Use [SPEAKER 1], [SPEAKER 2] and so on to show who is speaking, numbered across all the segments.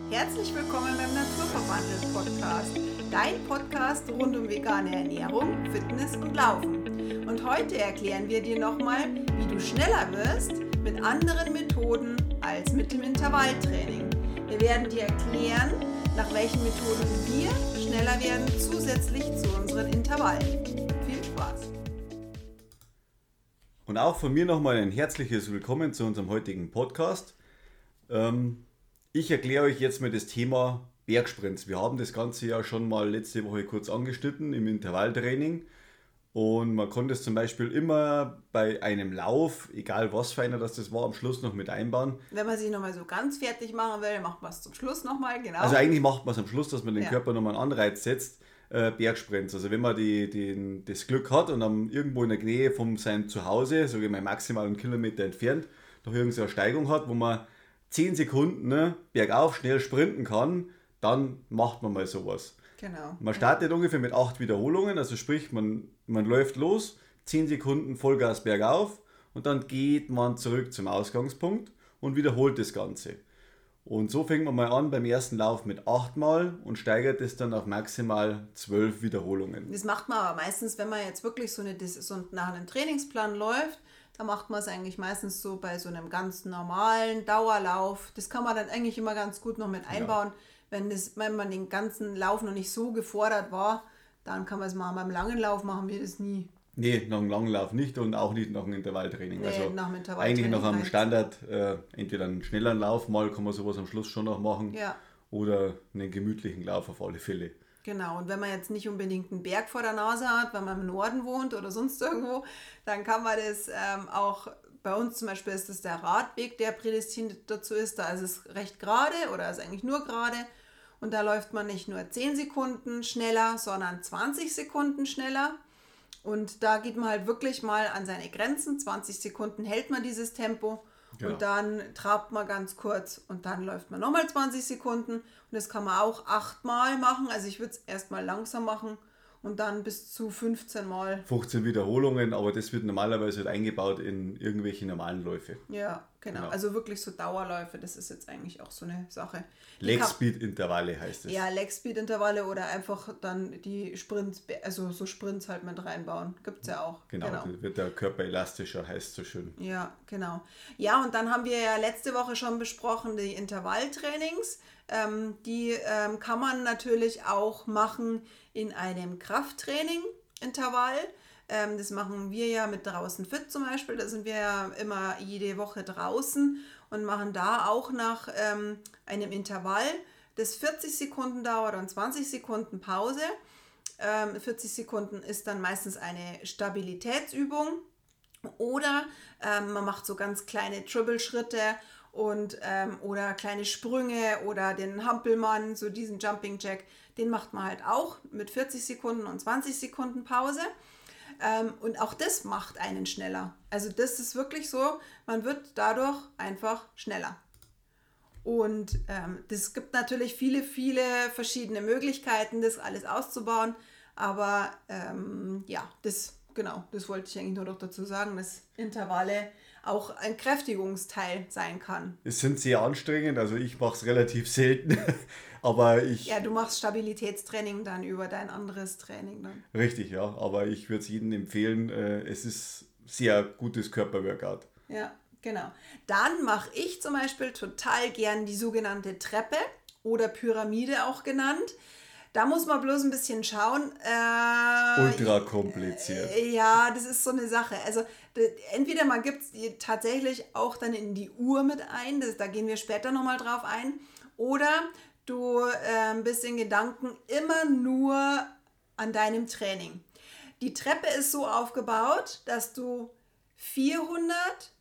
[SPEAKER 1] Herzlich willkommen beim Naturverwandelt Podcast, dein Podcast rund um vegane Ernährung, Fitness und Laufen. Und heute erklären wir dir nochmal, wie du schneller wirst mit anderen Methoden als mit dem Intervalltraining. Wir werden dir erklären, nach welchen Methoden wir schneller werden, zusätzlich zu unseren Intervallen. Viel Spaß!
[SPEAKER 2] Und auch von mir nochmal ein herzliches Willkommen zu unserem heutigen Podcast. Ich erkläre euch jetzt mal das Thema Bergsprints. Wir haben das Ganze ja schon mal letzte Woche kurz angeschnitten im Intervalltraining. Und man konnte es zum Beispiel immer bei einem Lauf, egal was für einer das war, am Schluss noch mit einbauen.
[SPEAKER 1] Wenn man sich nochmal so ganz fertig machen will, macht man es zum Schluss nochmal, genau.
[SPEAKER 2] Also eigentlich macht man es am Schluss, dass man den Körper nochmal einen Anreiz setzt, Bergsprints. Also wenn man das Glück hat und dann irgendwo in der Nähe von seinem Zuhause, sage ich mal maximal einen Kilometer entfernt, noch irgendeine Steigung hat, wo man 10 Sekunden bergauf schnell sprinten kann, dann macht man mal sowas.
[SPEAKER 1] Genau.
[SPEAKER 2] Man startet ungefähr mit 8 Wiederholungen, also sprich, man läuft los, 10 Sekunden Vollgas bergauf und dann geht man zurück zum Ausgangspunkt und wiederholt das Ganze. Und so fängt man mal an beim ersten Lauf mit 8 Mal und steigert es dann auf maximal 12 Wiederholungen.
[SPEAKER 1] Das macht man aber meistens, wenn man jetzt wirklich so nach einem Trainingsplan läuft, da macht man es eigentlich meistens so bei so einem ganz normalen Dauerlauf. Das kann man dann eigentlich immer ganz gut noch mit einbauen. Ja. Wenn man den ganzen Lauf noch nicht so gefordert war, dann kann man es machen. Beim langen Lauf machen wir das nie.
[SPEAKER 2] Nee, nach dem langen Lauf nicht und auch nicht nach dem Intervalltraining.
[SPEAKER 1] Nee,
[SPEAKER 2] also
[SPEAKER 1] nach dem Intervalltraining
[SPEAKER 2] eigentlich nach einem Standard, entweder einen schnelleren Lauf, mal kann man sowas am Schluss schon noch machen, oder einen gemütlichen Lauf auf alle Fälle.
[SPEAKER 1] Genau, und wenn man jetzt nicht unbedingt einen Berg vor der Nase hat, wenn man im Norden wohnt oder sonst irgendwo, dann kann man das auch, bei uns zum Beispiel ist das der Radweg, der prädestiniert dazu ist, da ist es recht gerade oder ist eigentlich nur gerade und da läuft man nicht nur 10 Sekunden schneller, sondern 20 Sekunden schneller und da geht man halt wirklich mal an seine Grenzen, 20 Sekunden hält man dieses Tempo. Genau. Und dann trabt man ganz kurz und dann läuft man nochmal 20 Sekunden und das kann man auch 8 Mal machen. Also ich würde es erstmal langsam machen und dann bis zu 15 Mal.
[SPEAKER 2] 15 Wiederholungen, aber das wird normalerweise halt eingebaut in irgendwelche normalen Läufe.
[SPEAKER 1] Ja, genau. Also wirklich so Dauerläufe, das ist jetzt eigentlich auch so eine Sache.
[SPEAKER 2] Leg-Speed-Intervalle heißt es.
[SPEAKER 1] Ja, Leg-Speed-Intervalle oder einfach dann die Sprints, also so Sprints halt mit reinbauen. Gibt es ja auch.
[SPEAKER 2] Genau, dann wird der Körper elastischer, heißt so schön.
[SPEAKER 1] Ja, genau. Ja, und dann haben wir ja letzte Woche schon besprochen, die Intervalltrainings. Die kann man natürlich auch machen in einem Krafttraining-Intervall. Das machen wir ja mit Draußen Fit zum Beispiel. Da sind wir ja immer jede Woche draußen und machen da auch nach einem Intervall, das 40 Sekunden dauert und 20 Sekunden Pause. 40 Sekunden ist dann meistens eine Stabilitätsübung oder man macht so ganz kleine Dribble-Schritte und oder kleine Sprünge oder den Hampelmann, so diesen Jumping Jack, den macht man halt auch mit 40 Sekunden und 20 Sekunden Pause. Und auch das macht einen schneller. Also das ist wirklich so, man wird dadurch einfach schneller. Und das gibt natürlich viele, viele verschiedene Möglichkeiten, das alles auszubauen. Aber das wollte ich eigentlich nur noch dazu sagen, dass Intervalle auch ein Kräftigungsteil sein kann.
[SPEAKER 2] Es sind sehr anstrengend, also ich mache es relativ selten, aber
[SPEAKER 1] Ja, du machst Stabilitätstraining dann über dein anderes Training dann.
[SPEAKER 2] Richtig, ja, aber ich würde es jedem empfehlen, es ist sehr gutes Körperworkout.
[SPEAKER 1] Ja, genau. Dann mache ich zum Beispiel total gern die sogenannte Treppe oder Pyramide auch genannt. Da muss man bloß ein bisschen schauen.
[SPEAKER 2] Ultra kompliziert.
[SPEAKER 1] Ja, das ist so eine Sache. Also entweder man gibt es tatsächlich auch dann in die Uhr mit ein, da gehen wir später nochmal drauf ein, oder du bist in Gedanken immer nur an deinem Training. Die Treppe ist so aufgebaut, dass du 200,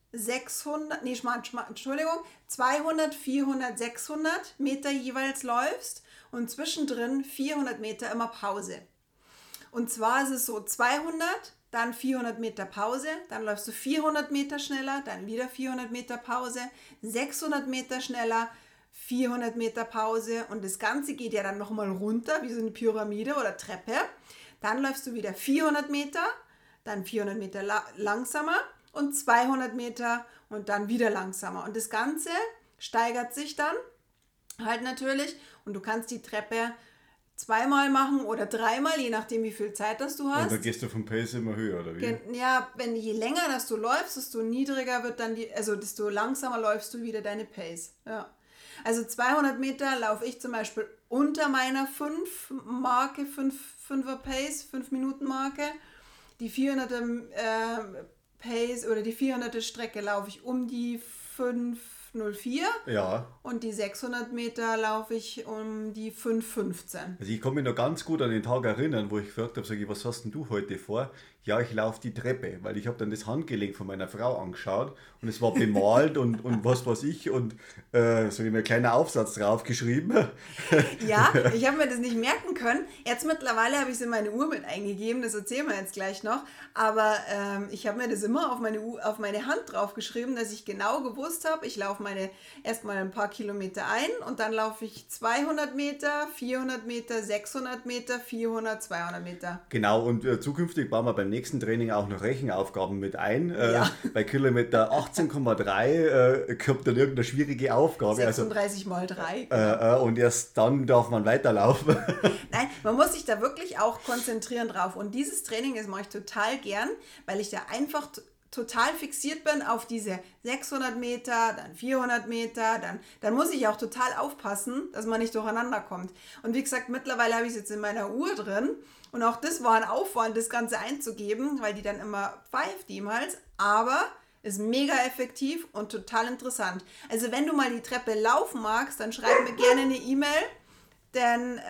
[SPEAKER 1] 400, 600 Meter jeweils läufst und zwischendrin 400 Meter immer Pause. Und zwar ist es so 200, dann 400 Meter Pause, dann läufst du 400 Meter schneller, dann wieder 400 Meter Pause, 600 Meter schneller, 400 Meter Pause und das Ganze geht ja dann nochmal runter, wie so eine Pyramide oder Treppe. Dann läufst du wieder 400 Meter, dann 400 Meter langsamer und 200 Meter und dann wieder langsamer. Und das Ganze steigert sich dann halt natürlich. Und du kannst die Treppe zweimal machen oder dreimal, je nachdem wie viel Zeit das du hast.
[SPEAKER 2] Und dann gehst du vom Pace immer höher, oder wie?
[SPEAKER 1] Ja, je länger das du läufst, desto niedriger wird dann desto langsamer läufst du wieder deine Pace. Ja. Also 200 Meter laufe ich zum Beispiel unter meiner 5er Pace, 5-Minuten-Marke. Die 400er Pace oder die 400er Strecke laufe ich um die 5:04.
[SPEAKER 2] Ja.
[SPEAKER 1] Und die 600 Meter laufe ich um die 5:15.
[SPEAKER 2] Also ich kann mich noch ganz gut an den Tag erinnern, wo ich gefragt habe, sage ich, was hast denn du heute vor? Ja, ich laufe die Treppe, weil ich habe dann das Handgelenk von meiner Frau angeschaut und es war bemalt und was weiß ich und so ein kleiner Aufsatz draufgeschrieben.
[SPEAKER 1] Ja, ich habe mir das nicht merken können. Jetzt mittlerweile habe ich es in meine Uhr mit eingegeben, das erzählen wir jetzt gleich noch. Aber ich habe mir das immer auf meine Hand draufgeschrieben, dass ich genau gewusst habe, ich laufe erstmal ein paar Kilometer ein und dann laufe ich 200 Meter, 400 Meter, 600 Meter, 400, 200 Meter.
[SPEAKER 2] Genau, und zukünftig bauen wir beim nächsten Training auch noch Rechenaufgaben mit ein.
[SPEAKER 1] Ja.
[SPEAKER 2] Bei Kilometer 18,3 kommt dann irgendeine schwierige Aufgabe.
[SPEAKER 1] 36 mal 3.
[SPEAKER 2] Und erst dann darf man weiterlaufen.
[SPEAKER 1] Nein, man muss sich da wirklich auch konzentrieren drauf. Und dieses Training, das mache ich total gern, weil ich da einfach total fixiert bin auf diese 600 Meter, dann 400 Meter, dann muss ich auch total aufpassen, dass man nicht durcheinander kommt. Und wie gesagt, mittlerweile habe ich es jetzt in meiner Uhr drin und auch das war ein Aufwand, das Ganze einzugeben, weil die dann immer pfeift, die im Hals, aber ist mega effektiv und total interessant. Also wenn du mal die Treppe laufen magst, dann schreib mir gerne eine E-Mail, denn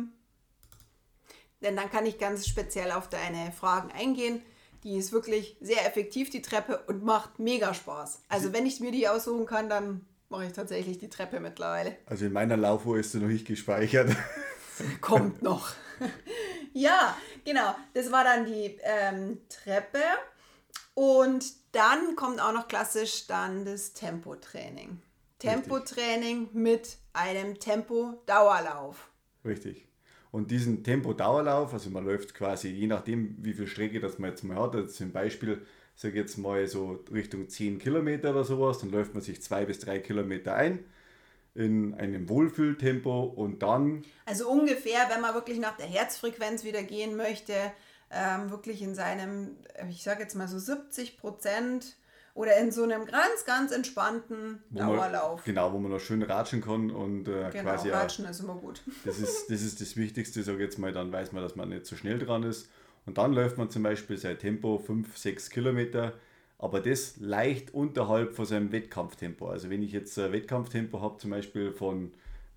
[SPEAKER 1] dann kann ich ganz speziell auf deine Fragen eingehen. Die ist wirklich sehr effektiv, die Treppe, und macht mega Spaß. Also wenn ich mir die aussuchen kann, dann mache ich tatsächlich die Treppe mittlerweile.
[SPEAKER 2] Also in meiner Laufuhr ist sie noch nicht gespeichert.
[SPEAKER 1] Kommt noch. Ja, genau. Das war dann die Treppe. Und dann kommt auch noch klassisch dann das Tempotraining. Tempotraining mit einem Tempo-Dauerlauf.
[SPEAKER 2] Richtig. Und diesen Tempo-Dauerlauf, also man läuft quasi, je nachdem wie viel Strecke das man jetzt mal hat, also zum Beispiel, sage ich jetzt mal so Richtung 10 Kilometer oder sowas, dann läuft man sich 2 bis 3 Kilometer ein in einem Wohlfühltempo und dann...
[SPEAKER 1] Also ungefähr, wenn man wirklich nach der Herzfrequenz wieder gehen möchte, wirklich in seinem, ich sage jetzt mal so 70% oder in so einem ganz, ganz entspannten Dauerlauf.
[SPEAKER 2] Wo man noch schön ratschen kann und quasi
[SPEAKER 1] ratschen ist immer gut.
[SPEAKER 2] Das ist das Wichtigste, sage ich jetzt mal, dann weiß man, dass man nicht so schnell dran ist. Und dann läuft man zum Beispiel sein Tempo 5-6 Kilometer, aber das leicht unterhalb von seinem Wettkampftempo. Also wenn ich jetzt ein Wettkampftempo habe, zum Beispiel von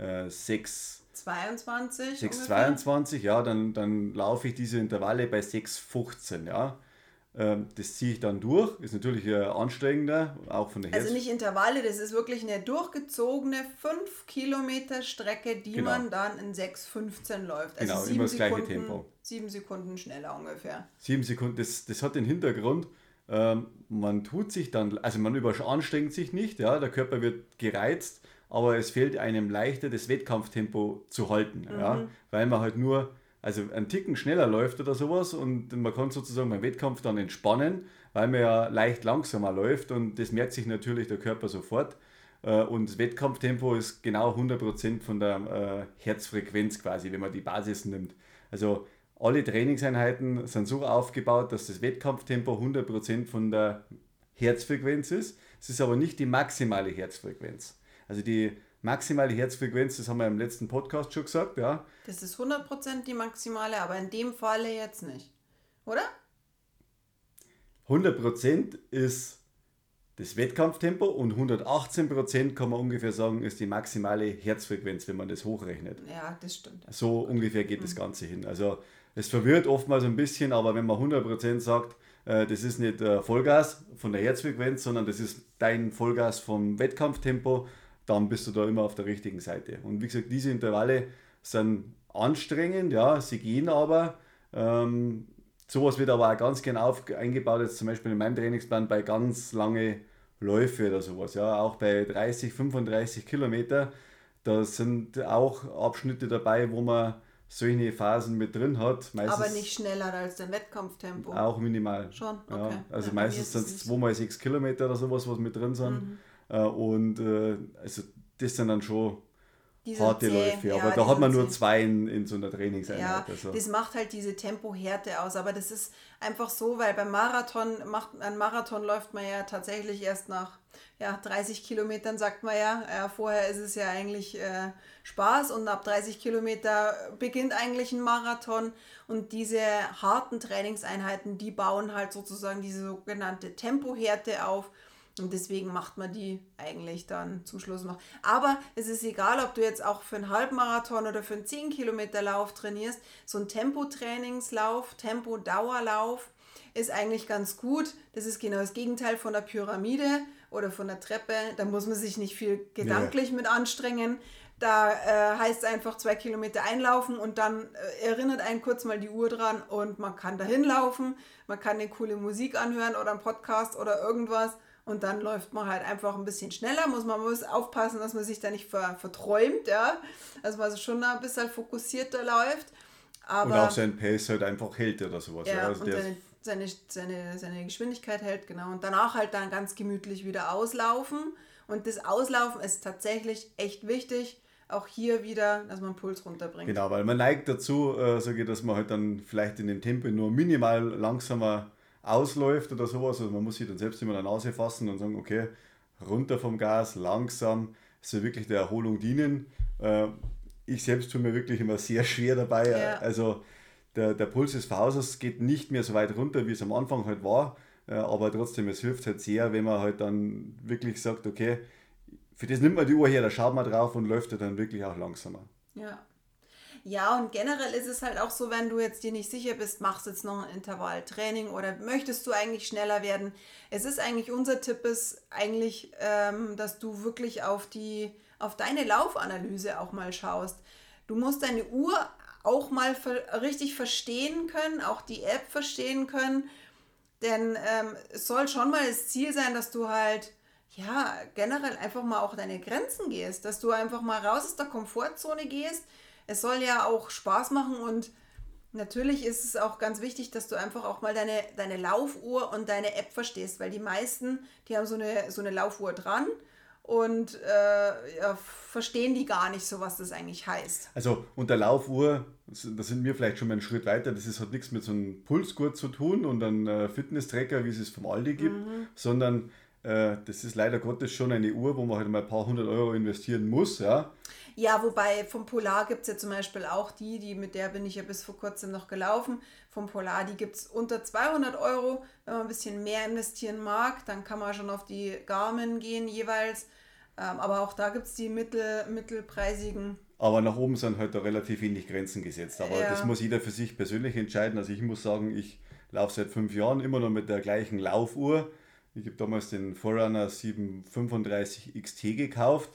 [SPEAKER 2] 6,22, ja, dann laufe ich diese Intervalle bei 6,15, ja. Das ziehe ich dann durch, ist natürlich anstrengender, auch von der
[SPEAKER 1] Also nicht Intervalle, das ist wirklich eine durchgezogene 5 Kilometer Strecke, die man dann in 6,15 läuft. Also
[SPEAKER 2] genau, immer das gleiche Tempo.
[SPEAKER 1] 7 Sekunden schneller ungefähr.
[SPEAKER 2] 7 Sekunden, das hat den Hintergrund, man tut sich dann, also man anstrengt sich nicht, ja, der Körper wird gereizt, aber es fällt einem leichter, das Wettkampftempo zu halten, ja, weil man halt nur... Also einen Ticken schneller läuft oder sowas und man kann sozusagen beim Wettkampf dann entspannen, weil man ja leicht langsamer läuft und das merkt sich natürlich der Körper sofort. Und das Wettkampftempo ist genau 100% von der Herzfrequenz quasi, wenn man die Basis nimmt. Also alle Trainingseinheiten sind so aufgebaut, dass das Wettkampftempo 100% von der Herzfrequenz ist. Es ist aber nicht die maximale Herzfrequenz. Also die maximale Herzfrequenz, das haben wir im letzten Podcast schon gesagt, ja.
[SPEAKER 1] Das ist 100% die maximale, aber in dem Falle jetzt nicht, oder?
[SPEAKER 2] 100% ist das Wettkampftempo und 118% kann man ungefähr sagen, ist die maximale Herzfrequenz, wenn man das hochrechnet.
[SPEAKER 1] Ja, das stimmt.
[SPEAKER 2] So ungefähr geht das Ganze hin. Also es verwirrt oftmals ein bisschen, aber wenn man 100% sagt, das ist nicht Vollgas von der Herzfrequenz, sondern das ist dein Vollgas vom Wettkampftempo, dann bist du da immer auf der richtigen Seite. Und wie gesagt, diese Intervalle sind anstrengend, ja, sie gehen aber. Sowas wird aber auch ganz genau eingebaut, jetzt zum Beispiel in meinem Trainingsplan bei ganz lange Läufe oder sowas, ja, auch bei 30, 35 Kilometer, da sind auch Abschnitte dabei, wo man solche Phasen mit drin hat.
[SPEAKER 1] Meistens aber nicht schneller als dein Wettkampftempo?
[SPEAKER 2] Auch minimal.
[SPEAKER 1] Schon, okay.
[SPEAKER 2] Ja, also ja, meistens sind es 2x6 Kilometer oder sowas, was mit drin sind. Und also das sind dann schon harte Läufe, aber da hat man nur 2 in so einer Trainingseinheit.
[SPEAKER 1] Ja, also. Das macht halt diese Tempohärte aus, aber das ist einfach so, weil ein Marathon läuft man ja tatsächlich erst nach 30 Kilometern, sagt man ja. Vorher ist es ja eigentlich Spaß und ab 30 Kilometer beginnt eigentlich ein Marathon und diese harten Trainingseinheiten, die bauen halt sozusagen diese sogenannte Tempohärte auf. Und deswegen macht man die eigentlich dann zum Schluss noch. Aber es ist egal, ob du jetzt auch für einen Halbmarathon oder für einen 10-Kilometer-Lauf trainierst. So ein Tempotrainingslauf, Tempodauerlauf ist eigentlich ganz gut. Das ist genau das Gegenteil von der Pyramide oder von der Treppe. Da muss man sich nicht viel gedanklich mit anstrengen. Da heißt es einfach 2 Kilometer einlaufen und dann erinnert einen kurz mal die Uhr dran und man kann dahin laufen. Man kann eine coole Musik anhören oder einen Podcast oder irgendwas. Und dann läuft man halt einfach ein bisschen schneller, man muss aufpassen, dass man sich da nicht verträumt, ja. Also man schon ein bisschen fokussierter läuft. Aber,
[SPEAKER 2] und auch sein Pace halt einfach hält oder sowas.
[SPEAKER 1] Ja,
[SPEAKER 2] also
[SPEAKER 1] und seine Geschwindigkeit hält, genau. Und danach halt dann ganz gemütlich wieder auslaufen. Und das Auslaufen ist tatsächlich echt wichtig. Auch hier wieder, dass man den Puls runterbringt.
[SPEAKER 2] Genau, weil man neigt dazu, dass man halt dann vielleicht in den Tempo nur minimal langsamer ausläuft oder sowas. Also man muss sich dann selbst immer an der Nase fassen und sagen, okay, runter vom Gas, langsam, soll wirklich der Erholung dienen. Ich selbst tue mir wirklich immer sehr schwer dabei. Ja. Also der Puls des Verhausers geht nicht mehr so weit runter, wie es am Anfang halt war. Aber trotzdem, es hilft halt sehr, wenn man halt dann wirklich sagt, okay, für das nimmt man die Uhr her, da schaut man drauf und läuft dann wirklich auch langsamer.
[SPEAKER 1] Ja, und generell ist es halt auch so, wenn du jetzt dir nicht sicher bist, machst du jetzt noch ein Intervalltraining oder möchtest du eigentlich schneller werden. Es ist eigentlich, unser Tipp ist eigentlich, dass du wirklich auf deine Laufanalyse auch mal schaust. Du musst deine Uhr auch mal richtig verstehen können, auch die App verstehen können, denn es soll schon mal das Ziel sein, dass du halt generell einfach mal auch deine Grenzen gehst, dass du einfach mal raus aus der Komfortzone gehst. Es soll ja auch Spaß machen und natürlich ist es auch ganz wichtig, dass du einfach auch mal deine Laufuhr und deine App verstehst, weil die meisten, die haben so eine Laufuhr dran und verstehen die gar nicht so, was das eigentlich heißt.
[SPEAKER 2] Also unter Laufuhr, da sind wir vielleicht schon mal einen Schritt weiter, das hat nichts mit so einem Pulsgurt zu tun und einem Fitness-Tracker, wie es vom Aldi gibt, sondern das ist leider Gottes schon eine Uhr, wo man halt mal ein paar 100 Euro investieren muss, ja.
[SPEAKER 1] Ja, wobei vom Polar gibt es ja zum Beispiel auch mit der bin ich ja bis vor kurzem noch gelaufen. Vom Polar, die gibt es unter 200 Euro. Wenn man ein bisschen mehr investieren mag, dann kann man schon auf die Garmin gehen jeweils. Aber auch da gibt es die mittelpreisigen.
[SPEAKER 2] Aber nach oben sind halt da relativ wenig Grenzen gesetzt. Aber das muss jeder für sich persönlich entscheiden. Also ich muss sagen, ich laufe seit 5 Jahren immer noch mit der gleichen Laufuhr. Ich habe damals den Forerunner 735 XT gekauft.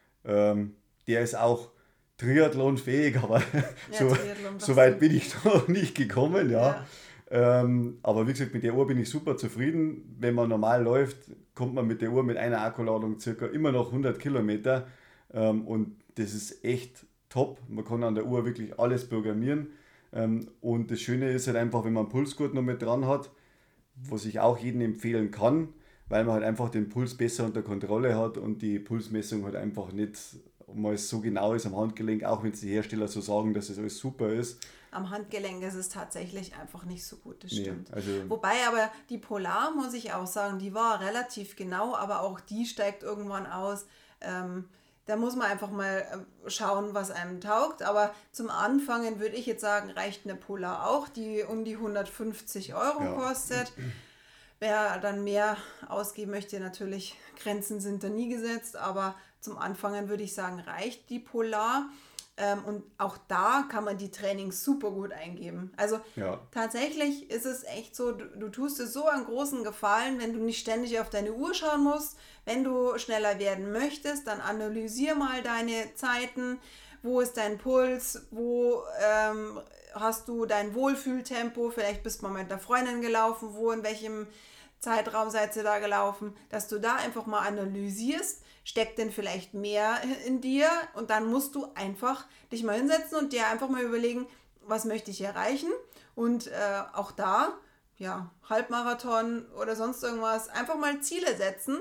[SPEAKER 2] Der ist auch triathlonfähig, aber so weit bin ich noch nicht gekommen. Ja. Aber wie gesagt, mit der Uhr bin ich super zufrieden. Wenn man normal läuft, kommt man mit der Uhr mit einer Akkuladung circa immer noch 100 Kilometer. Und das ist echt top. Man kann an der Uhr wirklich alles programmieren. Und das Schöne ist halt einfach, wenn man einen Pulsgurt noch mit dran hat, was ich auch jedem empfehlen kann, weil man halt einfach den Puls besser unter Kontrolle hat und die Pulsmessung halt einfach nicht mal so genau ist am Handgelenk, auch wenn es die Hersteller so sagen, dass es alles super ist.
[SPEAKER 1] Am Handgelenk ist es tatsächlich einfach nicht so gut, das stimmt.
[SPEAKER 2] Also
[SPEAKER 1] wobei aber die Polar, muss ich auch sagen, die war relativ genau, aber auch die steigt irgendwann aus. Da muss man einfach mal schauen, was einem taugt. Aber zum Anfangen würde ich jetzt sagen, reicht eine Polar auch, die um die 150 Euro kostet. Wer dann mehr ausgeben möchte, natürlich, Grenzen sind da nie gesetzt, aber zum Anfangen würde ich sagen, reicht die Polar. Und auch da kann man die Trainings super gut eingeben. Also tatsächlich ist es echt so, du tust es so einen großen Gefallen, wenn du nicht ständig auf deine Uhr schauen musst. Wenn du schneller werden möchtest, dann analysier mal deine Zeiten. Wo ist dein Puls? Wo hast du dein Wohlfühltempo? Vielleicht bist du mal mit der Freundin gelaufen. In welchem Zeitraum seid ihr da gelaufen? Dass du da einfach mal analysierst, steckt denn vielleicht mehr in dir? Und dann musst du einfach dich mal hinsetzen und dir einfach mal überlegen, was möchte ich erreichen? Und auch da, Halbmarathon oder sonst irgendwas, einfach mal Ziele setzen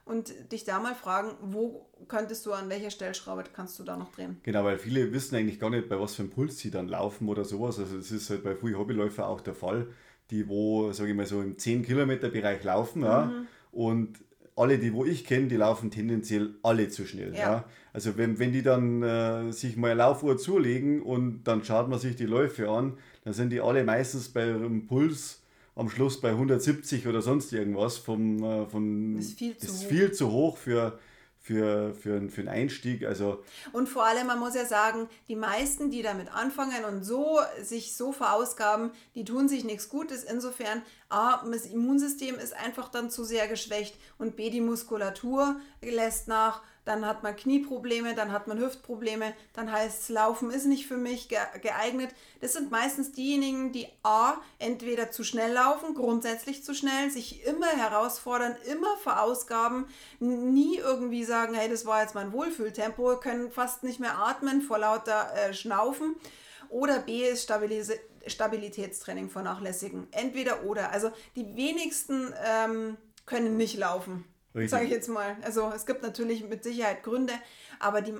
[SPEAKER 1] und dich da mal fragen, wo könntest du, an welcher Stellschraube kannst du da noch drehen.
[SPEAKER 2] Genau, weil viele wissen eigentlich gar nicht, bei was für einem Puls sie dann laufen oder sowas. Also das ist halt bei vielen Hobbyläufern auch der Fall, die wo, sage ich mal so, im 10-Kilometer-Bereich laufen, ja, und alle, die wo ich kenne, die laufen tendenziell alle zu schnell.
[SPEAKER 1] Ja.
[SPEAKER 2] Ja. Also wenn die dann sich mal eine Laufuhr zulegen und dann schaut man sich die Läufe an, dann sind die alle meistens bei einem Puls am Schluss bei 170 oder sonst irgendwas.
[SPEAKER 1] Das ist viel zu
[SPEAKER 2] ist
[SPEAKER 1] hoch.
[SPEAKER 2] viel zu hoch für einen Einstieg. Also
[SPEAKER 1] Und vor allem, man muss ja sagen, die meisten, die damit anfangen und sich so verausgaben, die tun sich nichts Gutes. Insofern, A, das Immunsystem ist einfach dann zu sehr geschwächt und B, die Muskulatur lässt nach. Dann hat man Knieprobleme, dann hat man Hüftprobleme, dann heißt es, Laufen ist nicht für mich geeignet. Das sind meistens diejenigen, die A, entweder zu schnell laufen, grundsätzlich zu schnell, sich immer herausfordern, immer verausgaben, nie irgendwie sagen, hey, das war jetzt mein Wohlfühltempo, können fast nicht mehr atmen vor lauter Schnaufen. Oder B ist Stabilitätstraining vernachlässigen. Entweder oder. Also die wenigsten können nicht laufen. Sage ich jetzt mal. Also es gibt natürlich mit Sicherheit Gründe, aber die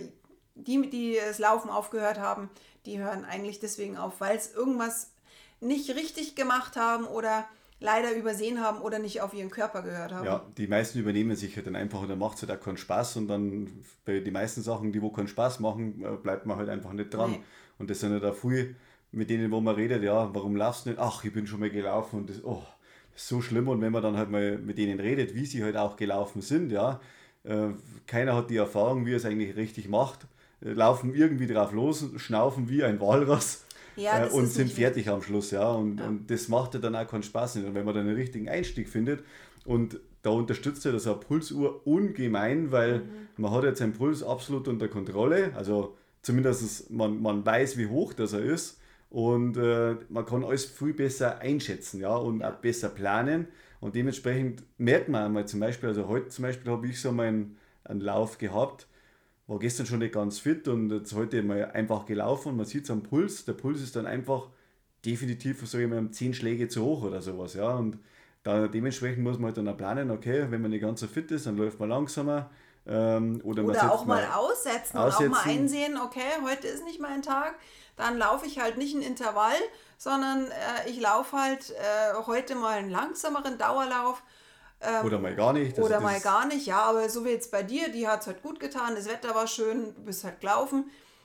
[SPEAKER 1] das Laufen aufgehört haben, die hören eigentlich deswegen auf, weil es irgendwas nicht richtig gemacht haben oder leider übersehen haben oder nicht auf ihren Körper gehört haben.
[SPEAKER 2] ja, die meisten übernehmen sich halt dann einfach und dann macht es halt auch keinen Spaß und dann bei den meisten Sachen, die wo keinen Spaß machen, bleibt man halt einfach nicht dran.
[SPEAKER 1] Nee.
[SPEAKER 2] Und das sind ja da viel, mit denen wo man redet, ja, warum laufst du nicht? Ach, ich bin schon mal gelaufen und das ist so schlimm. Und wenn man dann halt mal mit denen redet, wie sie halt auch gelaufen sind, ja, keiner hat die Erfahrung, wie er es eigentlich richtig macht, laufen irgendwie drauf los, schnaufen wie ein Walross.
[SPEAKER 1] Ja, das
[SPEAKER 2] Und
[SPEAKER 1] ist
[SPEAKER 2] sind
[SPEAKER 1] nicht
[SPEAKER 2] fertig am Schluss, ja. Und das macht ja dann auch keinen Spaß nicht. Und wenn man dann einen richtigen Einstieg findet und da unterstützt ja das eine Pulsuhr ungemein, weil man hat jetzt seinen Puls absolut unter Kontrolle, also zumindest man weiß, wie hoch das er ist und man kann alles viel besser einschätzen, ja, und auch besser planen und dementsprechend merkt man einmal zum Beispiel, also heute zum Beispiel habe ich so mal einen Lauf gehabt, war gestern schon nicht ganz fit und jetzt heute mal einfach gelaufen und man sieht es am Puls, der Puls ist dann einfach definitiv, sage ich mal, um 10 Schläge zu hoch oder sowas, ja, und da dementsprechend muss man halt dann auch planen, okay, wenn man nicht ganz so fit ist, dann läuft man langsamer oder man
[SPEAKER 1] Oder auch mal aussetzen und auch mal
[SPEAKER 2] aussetzen.
[SPEAKER 1] einsehen, okay, heute ist nicht mein Tag, dann laufe ich halt nicht ein Intervall, sondern ich laufe halt heute mal einen langsameren Dauerlauf.
[SPEAKER 2] Oder mal gar nicht. Also
[SPEAKER 1] Oder
[SPEAKER 2] das
[SPEAKER 1] mal
[SPEAKER 2] ist-
[SPEAKER 1] gar nicht, ja, aber so wie jetzt bei dir, die hat es halt gut getan, das Wetter war schön, du bist halt gelaufen.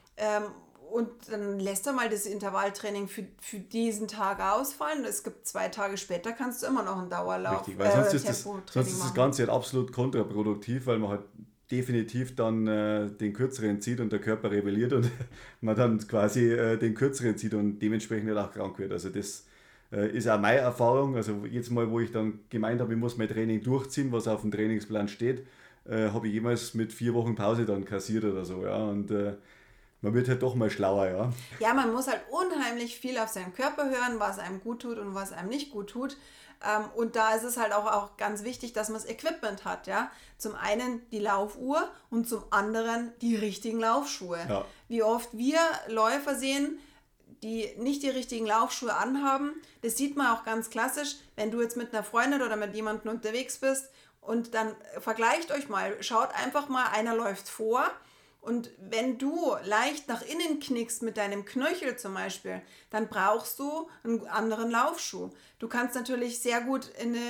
[SPEAKER 1] Und dann lässt er mal das Intervalltraining für diesen Tag ausfallen. Es gibt 2 Tage später, kannst du immer noch einen Dauerlauf,
[SPEAKER 2] Richtig, weil sonst ist
[SPEAKER 1] Tempotraining
[SPEAKER 2] das
[SPEAKER 1] machen.
[SPEAKER 2] Ganze halt absolut kontraproduktiv, weil man halt definitiv dann den kürzeren zieht und der Körper rebelliert und man dann quasi den kürzeren zieht und dementsprechend halt auch krank wird. Also das ist auch meine Erfahrung. Also jetzt mal, wo ich dann gemeint habe, ich muss mein Training durchziehen, was auf dem Trainingsplan steht, habe ich jemals mit 4 Wochen Pause dann kassiert oder so. Ja? Und man wird halt doch mal schlauer, ja.
[SPEAKER 1] Ja, man muss halt unheimlich viel auf seinen Körper hören, was einem gut tut und was einem nicht gut tut. Und da ist es halt auch ganz wichtig, dass man das Equipment hat, ja. Zum einen die Laufuhr und zum anderen die richtigen Laufschuhe.
[SPEAKER 2] Ja.
[SPEAKER 1] Wie oft wir Läufer sehen, die nicht die richtigen Laufschuhe anhaben, das sieht man auch ganz klassisch, wenn du jetzt mit einer Freundin oder mit jemandem unterwegs bist und dann vergleicht euch mal, schaut einfach mal, einer läuft vor. Und wenn du leicht nach innen knickst mit deinem Knöchel zum Beispiel, dann brauchst du einen anderen Laufschuh. Du kannst natürlich sehr gut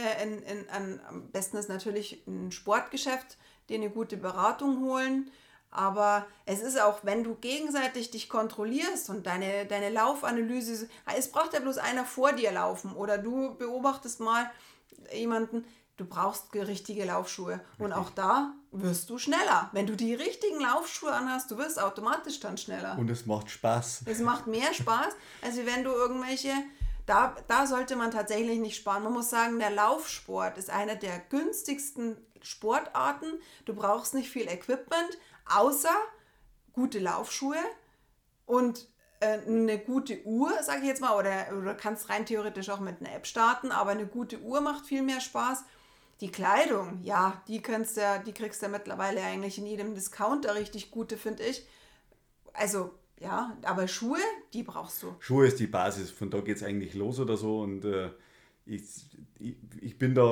[SPEAKER 1] am besten ist natürlich ein Sportgeschäft, dir eine gute Beratung holen. Aber es ist auch, wenn du gegenseitig dich kontrollierst und deine Laufanalyse, es braucht ja bloß einer vor dir laufen oder du beobachtest mal jemanden, du brauchst richtige Laufschuhe. Und auch da wirst du schneller. Wenn du die richtigen Laufschuhe anhast, du wirst automatisch dann schneller.
[SPEAKER 2] Und es macht Spaß.
[SPEAKER 1] Es macht mehr Spaß, als wenn du irgendwelche... Da sollte man tatsächlich nicht sparen. Man muss sagen, der Laufsport ist eine der günstigsten Sportarten. Du brauchst nicht viel Equipment, außer gute Laufschuhe und eine gute Uhr, sage ich jetzt mal, oder kannst rein theoretisch auch mit einer App starten, aber eine gute Uhr macht viel mehr Spaß. Die Kleidung, ja, die kriegst du mittlerweile eigentlich in jedem Discounter richtig gute, finde ich. Also, ja, aber Schuhe, die brauchst du.
[SPEAKER 2] Schuhe ist die Basis, von da geht es eigentlich los oder so und ich bin da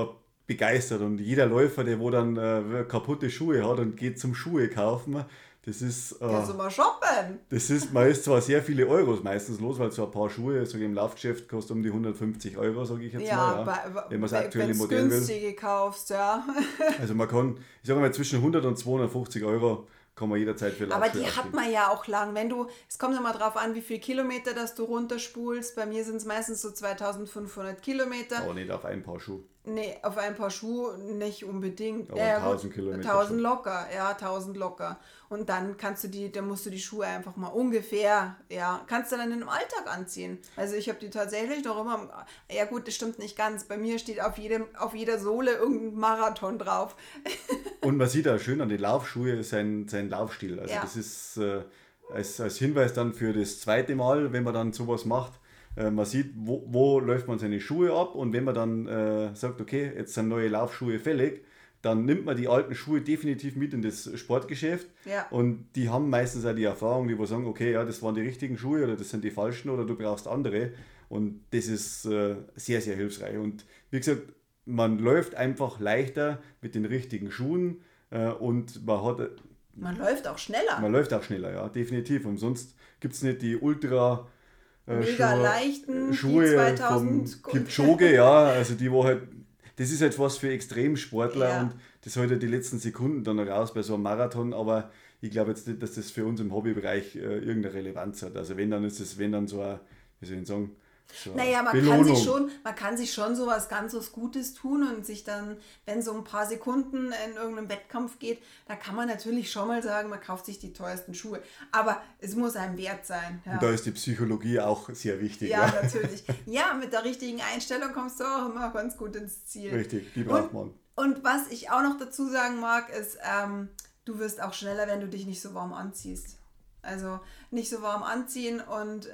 [SPEAKER 2] begeistert. Und jeder Läufer, der wo dann kaputte Schuhe hat und geht zum Schuhe kaufen, das ist...
[SPEAKER 1] Kannst du mal shoppen?
[SPEAKER 2] Man ist zwar sehr viele Euros meistens los, weil so ein paar Schuhe, so im Laufgeschäft, kostet um die 150 Euro, sage ich jetzt mal. Ja, wenn man das aktuelle Modell will. Wenn du
[SPEAKER 1] günstige kaufst, ja.
[SPEAKER 2] Also man kann, ich sage mal, zwischen 100 und 250 Euro kann man jederzeit für
[SPEAKER 1] Laufschuhe ausgeben. Aber die hat man ja auch lang. Es kommt immer drauf an, wie viele Kilometer dass du runterspulst. Bei mir sind es meistens so 2500 Kilometer.
[SPEAKER 2] Aber nicht auf ein Paar Schuhe.
[SPEAKER 1] Nee, auf ein Paar Schuhe nicht unbedingt.
[SPEAKER 2] Aber 1000 Kilometer.
[SPEAKER 1] 1000 locker, ja, 1000 locker. Und dann musst du die Schuhe einfach mal ungefähr, kannst du dann im Alltag anziehen. Also ich habe die tatsächlich noch immer, ja gut, das stimmt nicht ganz. Bei mir steht auf jeder Sohle irgendein Marathon drauf.
[SPEAKER 2] Und man sieht auch schön an den Laufschuhe sein Laufstil. Also das ist als Hinweis dann für das zweite Mal, wenn man dann sowas macht. Man sieht, wo läuft man seine Schuhe ab, und wenn man dann sagt, okay, jetzt sind neue Laufschuhe fällig, dann nimmt man die alten Schuhe definitiv mit in das Sportgeschäft.
[SPEAKER 1] Ja.
[SPEAKER 2] Und die haben meistens auch die Erfahrung, die sagen, okay, ja, das waren die richtigen Schuhe oder das sind die falschen oder du brauchst andere. Und das ist sehr, sehr hilfreich. Und wie gesagt, man läuft einfach leichter mit den richtigen Schuhen und
[SPEAKER 1] man läuft auch schneller.
[SPEAKER 2] Man läuft auch schneller, ja, definitiv. Und sonst gibt es nicht die ultra
[SPEAKER 1] mega leichten
[SPEAKER 2] Schuhe
[SPEAKER 1] 2000
[SPEAKER 2] vom Kipchoge, ja, also die wo halt, das ist halt was für Extremsportler und das halt die letzten Sekunden dann raus bei so einem Marathon, aber ich glaube jetzt nicht, dass das für uns im Hobbybereich irgendeine Relevanz hat. Also wenn dann so ein, wie soll ich sagen, so
[SPEAKER 1] man kann sich schon so was ganz was Gutes tun und sich dann, wenn so ein paar Sekunden in irgendeinem Wettkampf geht, da kann man natürlich schon mal sagen, man kauft sich die teuersten Schuhe. Aber es muss einem wert sein. Ja.
[SPEAKER 2] Und da ist die Psychologie auch sehr wichtig.
[SPEAKER 1] Ja, natürlich. Ja, mit der richtigen Einstellung kommst du auch immer ganz gut ins Ziel.
[SPEAKER 2] Richtig, die braucht man.
[SPEAKER 1] Und was ich auch noch dazu sagen mag, ist, du wirst auch schneller, wenn du dich nicht so warm anziehst. Also nicht so warm anziehen und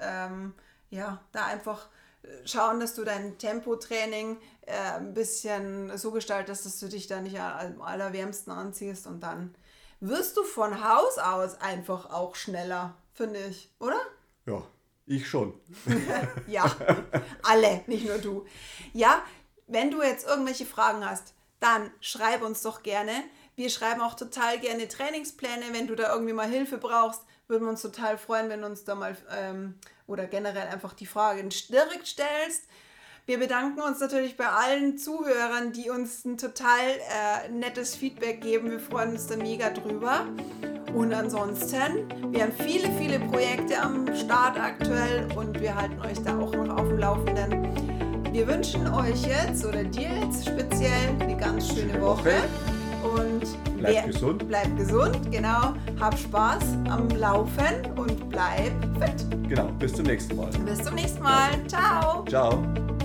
[SPEAKER 1] da einfach schauen, dass du dein Tempotraining ein bisschen so gestaltest, dass du dich da nicht am allerwärmsten anziehst, und dann wirst du von Haus aus einfach auch schneller, finde ich, oder?
[SPEAKER 2] Ja, ich schon.
[SPEAKER 1] Ja, alle, nicht nur du. Ja, wenn du jetzt irgendwelche Fragen hast, dann schreib uns doch gerne. Wir schreiben auch total gerne Trainingspläne, wenn du da irgendwie mal Hilfe brauchst. Würden wir uns total freuen, wenn du uns da mal oder generell einfach die Fragen direkt stellst. Wir bedanken uns natürlich bei allen Zuhörern, die uns ein total nettes Feedback geben. Wir freuen uns da mega drüber. Und ansonsten, wir haben viele, viele Projekte am Start aktuell und wir halten euch da auch noch auf dem Laufenden. Wir wünschen euch jetzt oder dir jetzt speziell eine ganz schöne Woche. Und bleib gesund, genau. Hab Spaß am Laufen und bleib fit.
[SPEAKER 2] Genau, bis zum nächsten Mal.
[SPEAKER 1] Bis zum nächsten Mal. Ciao.
[SPEAKER 2] Ciao.